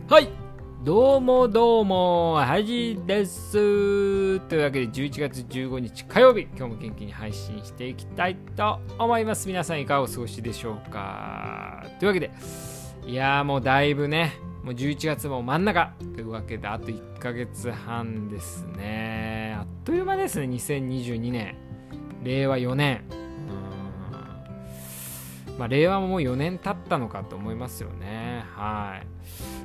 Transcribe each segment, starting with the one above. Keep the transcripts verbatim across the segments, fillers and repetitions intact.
はい、どうもどうも、はじです。というわけでじゅういちがつじゅうごにち火曜日、今日も元気に配信していきたいと思います。皆さんいかがお過ごしでしょうか。というわけで、いやーもうだいぶね、もうじゅういちがつも真ん中というわけで、あといっかげつはんですね。あっという間ですね。にせんにじゅうにねん、れいわよねん。まあ、令和ももうよねん経ったのかと思いますよね。はい。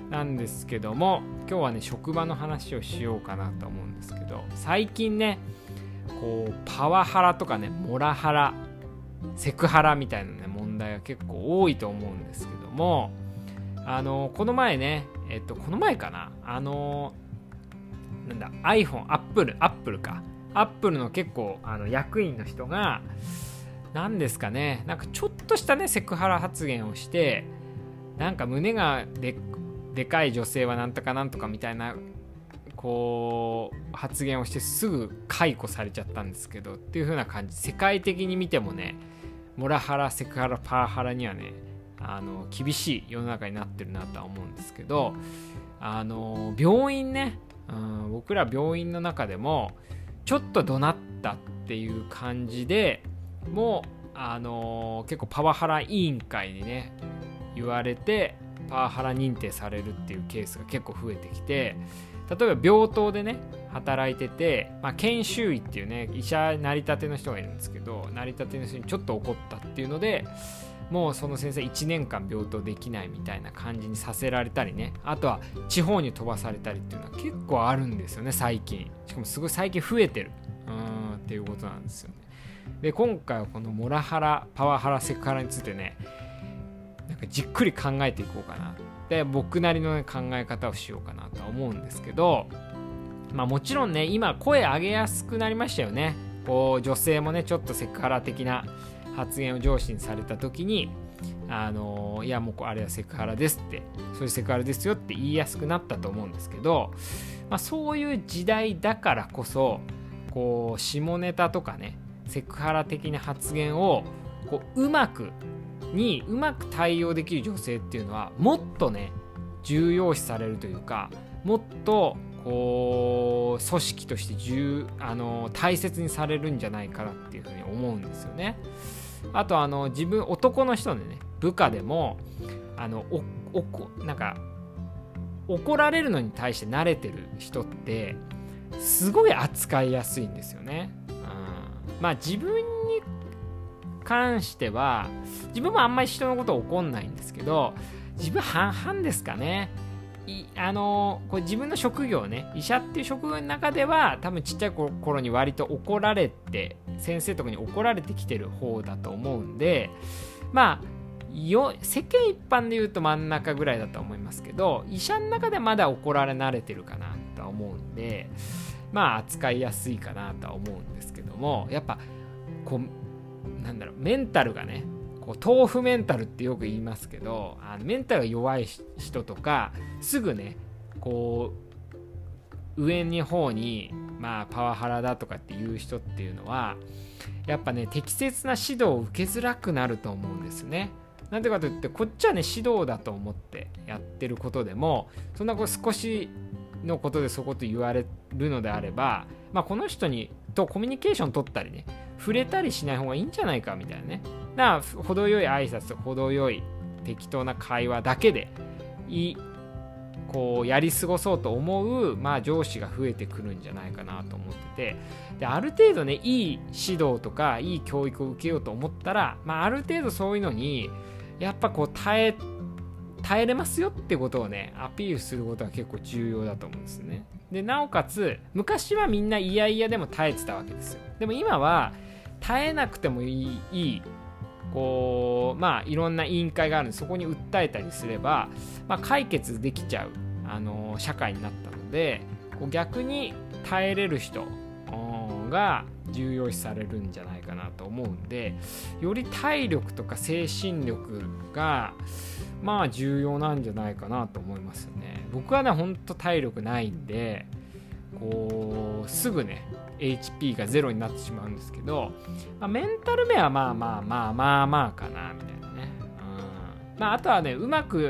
なんですけども、今日はね、職場の話をしようかなと思うんですけど、最近ね、こうパワハラとかね、モラハラ、セクハラみたいなね、問題が結構多いと思うんですけども、あのこの前ね、えっとこの前かな、あのなんだ iPhone、Apple、Apple か、Apple の結構あの役員の人がなんですかね、なんかちょっとしたねセクハラ発言をして、なんか胸が で, でかい女性はなんとかなんとかみたいなこう発言をしてすぐ解雇されちゃったんですけどっていう風な感じ。世界的に見てもね、モラハラ、セクハラ、パワハラにはね、あの厳しい世の中になってるなとは思うんですけど、あの病院ね、うん、僕ら病院の中でもちょっと怒鳴ったっていう感じでもう、あのー、結構パワハラ委員会にね言われてパワハラ認定されるっていうケースが結構増えてきて、例えば病棟でね働いてて、まあ、研修医っていうね医者なりたての人がいるんですけど、なりたての人にちょっと怒ったっていうのでもうその先生いちねんかん病棟できないみたいな感じにさせられたりね、あとは地方に飛ばされたりっていうのは結構あるんですよね最近。しかもすごい最近増えてるうーんっていうことなんですよね。で今回はこのモラハラ、パワハラ、セクハラについてね、なんかじっくり考えていこうかな。で僕なりの、ね、考え方をしようかなとは思うんですけど、まあもちろんね今声上げやすくなりましたよね。こう女性もねちょっとセクハラ的な発言を上司にされた時に、あのー、いやもうあれはセクハラですって、そういうセクハラですよって言いやすくなったと思うんですけど、まあ、そういう時代だからこそこう下ネタとかねセクハラ的な発言をこううまくにうまく対応できる女性っていうのはもっとね重要視されるというか、もっとこう組織として重あの大切にされるんじゃないかなっていうふうに思うんですよね。あとあの自分男の人でね部下でもあのおおこなんか怒られるのに対して慣れてる人ってすごい扱いやすいんですよね。まあ自分に関しては自分もあんまり人のこと怒んないんですけど、自分半々ですかね。いあのこれ自分の職業ね、医者っていう職業の中では多分ちっちゃい頃に割と怒られて、先生とかに怒られてきてる方だと思うんで、まあよ世間一般で言うと真ん中ぐらいだと思いますけど、医者の中でまだ怒られ慣れてるかなとは思うんで、まあ扱いやすいかなとは思うんですけども、やっぱこうなんだろうメンタルがね、こう豆腐メンタルってよく言いますけど、あのメンタルが弱い人とかすぐねこう上の方にまあパワハラだとかっていう人っていうのはやっぱね適切な指導を受けづらくなると思うんですね。なんでかといってこっちはね指導だと思ってやってることでも、そんなこう少しのことでそういうこと言われるのであれば、まあ、この人にとコミュニケーション取ったりね触れたりしない方がいいんじゃないかみたいなね。だから程よい挨拶、程よい適当な会話だけでいいこうやり過ごそうと思う、まあ、上司が増えてくるんじゃないかなと思ってて、である程度ねいい指導とかいい教育を受けようと思ったら、まあ、ある程度そういうのにやっぱこう耐え耐えれますよってことをねアピールすることは結構重要だと思うんですね。でなおかつ昔はみんな嫌々でも耐えてたわけですよ。でも今は耐えなくてもいい、いいこうまあいろんな委員会があるんで、そこに訴えたりすれば、まあ、解決できちゃう、あのー、社会になったので、こう逆に耐えれる人が重要視されるんじゃないかなと思うんで、より体力とか精神力がまあ重要なんじゃないかなと思いますよね。僕はねほんと体力ないんでこうすぐね エイチピー がゼロになってしまうんですけど、まあ、メンタル面はまあまあまあまあまあかなみたいなね、うんまあ、あとはねうまくスト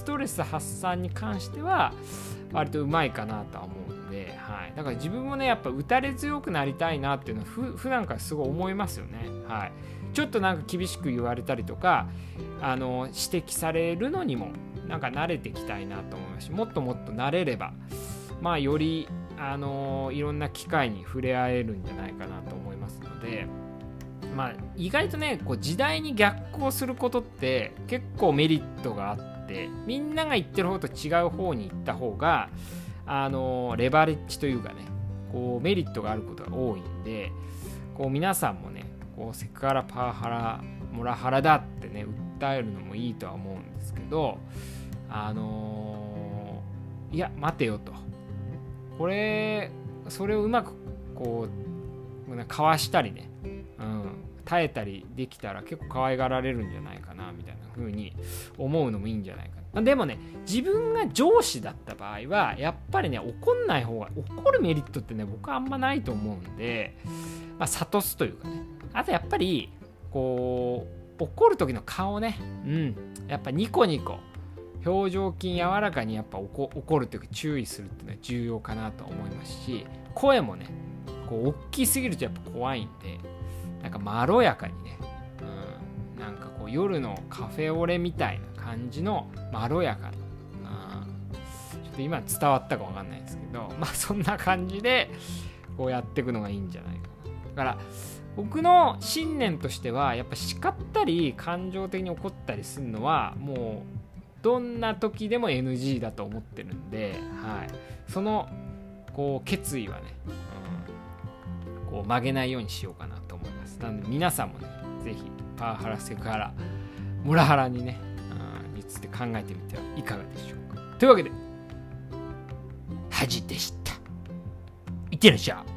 トレス発散に関しては割とうまいかなとは思うので、はい、だから自分もねやっぱ打たれ強くなりたいなっていうのはふ普段からすごい思いますよね。はい、ちょっとなんか厳しく言われたりとかあの指摘されるのにもなんか慣れていきたいなと思いますし、もっともっと慣れればまあよりあのいろんな機会に触れ合えるんじゃないかなと思いますので、まあ意外とねこう時代に逆行することって結構メリットがあって、みんなが言ってる方と違う方に行った方があのレバレッジというかねこうメリットがあることが多いんで、こう皆さんもねこうセクハラパワハラモラハラだってね訴えるのもいいとは思うんですけど、あのー、いや待てよと、これそれをうまくこうかわしたりね、うん、耐えたりできたら結構可愛がられるんじゃないかなみたいな風に思うのもいいんじゃないかな。でもね自分が上司だった場合はやっぱりね怒んない方が、怒るメリットってね僕はあんまないと思うんで、まあ諭すというかね、あとやっぱりこう怒る時の顔ね、うんやっぱニコニコ表情筋柔らかにやっぱ怒るというか注意するっていうのは重要かなと思いますし、声もねこう大きすぎるとやっぱ怖いんで、なんかまろやかにね、うん、なんかこう夜のカフェオレみたいな感じのまろやかな、うん、ちょっと今伝わったか分かんないですけど、まあそんな感じでこうやっていくのがいいんじゃないかな。だから僕の信念としてはやっぱ叱ったり感情的に怒ったりするのはもうどんな時でも エヌジー だと思ってるんで、はい、そのこう決意はね、うん、こう曲げないようにしようかなと思います。なので皆さんもねぜひパワハラセクハラモラハラにね、うん、について考えてみてはいかがでしょうか。というわけでハジでした。いってらっしゃい。